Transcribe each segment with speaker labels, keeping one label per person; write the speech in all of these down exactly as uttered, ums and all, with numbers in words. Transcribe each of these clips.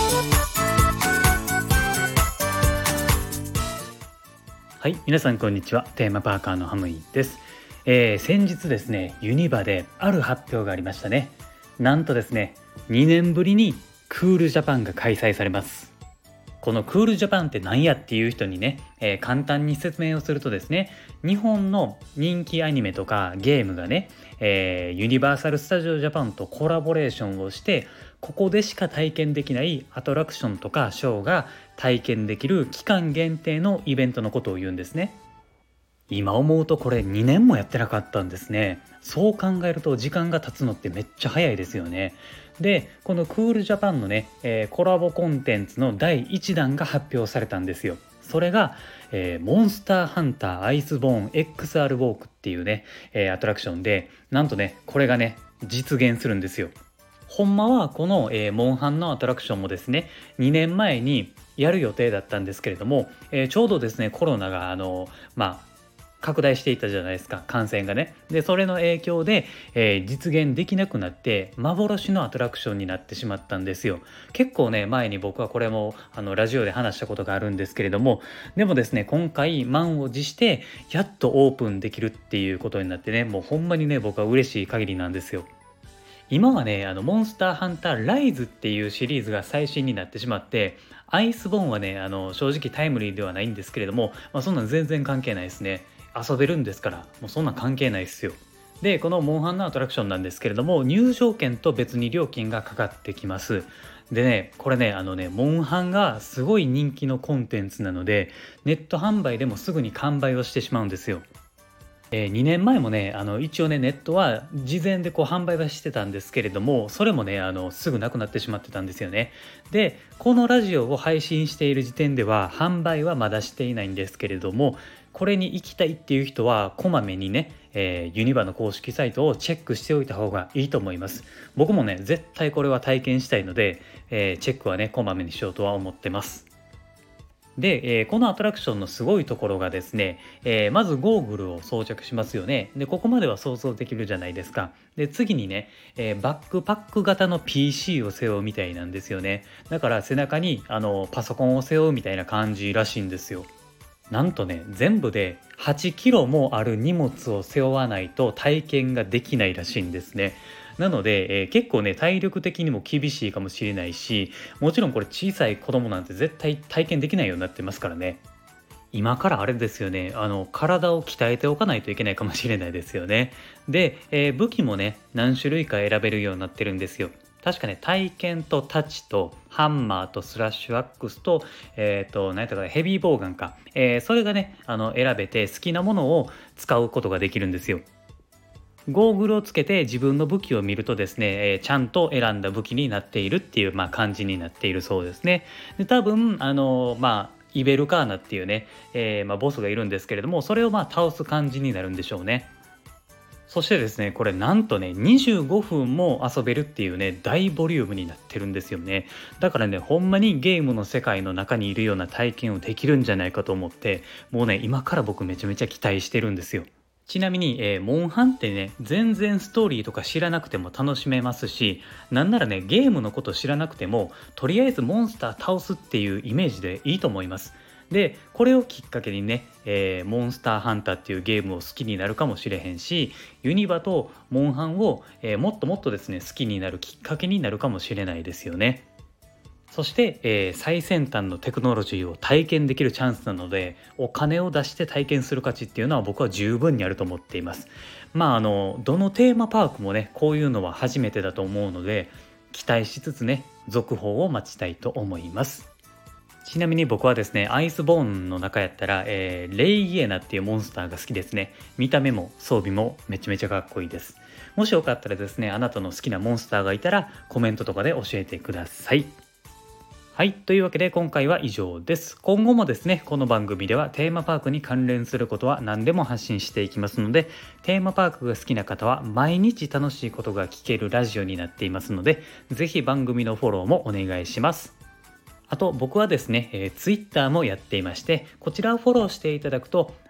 Speaker 1: はい、皆さんこんにちは。テーマパーカーのハムイです、えー、先日ですね、ユニバである発表がありましたね。なんとですね、にねんぶりにクールジャパンが開催されます。このクールジャパンって何やっていう人にね、えー簡単に説明をするとですね、日本の人気アニメとかゲームがね、えーユニバーサル・スタジオ・ジャパンとコラボレーションをして、ここでしか体験できないアトラクションとかショーが体験できる期間限定のイベントのことを言うんですね。今思うとこれにねんもやってなかったんですね。そう考えると時間が経つのってめっちゃ早いですよね。で、このクールジャパンのね、えーコラボコンテンツのだいいちだんが発表されたんですよ。それが、えーモンスターハンターアイスボーン エックスアール ウォークっていうね、えーアトラクションで、なんとね、これがね、実現するんですよ。ほんまはこの、えーモンハンのアトラクションもですね、にねんまえにやる予定だったんですけれども、えーちょうどですね、コロナがあのまあ拡大していたじゃないですか、感染がね。でそれの影響で、えー実現できなくなって幻のアトラクションになってしまったんですよ。結構ね前に僕はこれもあのラジオで話したことがあるんですけれども、でもですね、今回満を持してやっとオープンできるっていうことになってね、もうほんまにね僕は嬉しい限りなんですよ。今はね、あのモンスターハンターライズっていうシリーズが最新になってしまって、アイスボーンはね、あの正直タイムリーではないんですけれども、まあ、そんなん全然関係ないですね。遊べるんですから、もうそんなん関係ないですよ。で、このモンハンのアトラクションなんですけれども、入場券と別に料金がかかってきます。でね、これね、あのね、モンハンがすごい人気のコンテンツなので、ネット販売でもすぐに完売をしてしまうんですよ。えー、にねんまえもね、あの一応ね、ネットは事前でこう販売はしてたんですけれども、それもね、あのすぐなくなってしまってたんですよね。で、このラジオを配信している時点では販売はまだしていないんですけれども、これに行きたいっていう人はこまめにね、えーユニバの公式サイトをチェックしておいた方がいいと思います。僕もね、絶対これは体験したいので、えーチェックはね、こまめにしようとは思ってます。で、えーこのアトラクションのすごいところがですね、えーまずゴーグルを装着しますよね。で、ここまでは想像できるじゃないですか。で、次にね、えーバックパック型の ピーシー を背負うみたいなんですよね。だから背中にあのパソコンを背負うみたいな感じらしいんですよ。なんとね、全部ではちキロもある荷物を背負わないと体験ができないらしいんですね。なので、えー結構ね、体力的にも厳しいかもしれないし、もちろんこれ小さい子供なんて絶対体験できないようになってますからね。今からあれですよね、あの体を鍛えておかないといけないかもしれないですよね。で、えー武器もね、何種類か選べるようになってるんですよ。確かね、体剣と太刀とハンマーとスラッシュアックスと、えっ、と、何やったかな、ヘビーボウガンか。えーそれがね、あの選べて好きなものを使うことができるんですよ。ゴーグルをつけて自分の武器を見るとですね、えーちゃんと選んだ武器になっているっていう、まあ、感じになっているそうですね。で、多分、あのまあ、イベルカーナっていうね、えーまあ、ボスがいるんですけれども、それをまあ倒す感じになるんでしょうね。そしてですね、これなんとね、にじゅうごふんも遊べるっていうね、大ボリュームになってるんですよね。だからね、ほんまにゲームの世界の中にいるような体験をできるんじゃないかと思って、もうね、今から僕めちゃめちゃ期待してるんですよ。ちなみに、えーモンハンってね、全然ストーリーとか知らなくても楽しめますし、なんならね、ゲームのこと知らなくても、とりあえずモンスター倒すっていうイメージでいいと思います。で、これをきっかけにね、えーモンスターハンターっていうゲームを好きになるかもしれへんし、ユニバとモンハンを、えーもっともっとですね、好きになるきっかけになるかもしれないですよね。そして、えー最先端のテクノロジーを体験できるチャンスなので、お金を出して体験する価値っていうのは僕は十分にあると思っています。まああのどのテーマパークもね、こういうのは初めてだと思うので、期待しつつね、続報を待ちたいと思います。ちなみに僕はですね、アイスボーンの中やったら、えーレイイエナっていうモンスターが好きですね。見た目も装備もめちゃめちゃかっこいいです。もしよかったらですね、あなたの好きなモンスターがいたらコメントとかで教えてください。はい。というわけで今回は以上です。今後もですね、この番組ではテーマパークに関連することは何でも発信していきますので、テーマパークが好きな方は毎日楽しいことが聞けるラジオになっていますので、ぜひ番組のフォローもお願いします。あと僕はですね、えー、Twitter もやっていまして、こちらをフォローしていただくと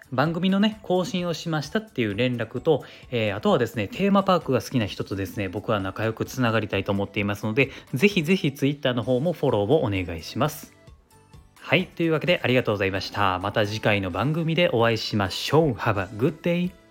Speaker 1: 番組のね更新をしましたっていう連絡と、えーあとはですねテーマパークが好きな人とですね僕は仲良くつながりたいと思っていますので、ぜひぜひ Twitter の方もフォローをお願いします。はい、というわけでありがとうございました。また次回の番組でお会いしましょう。Have a good day!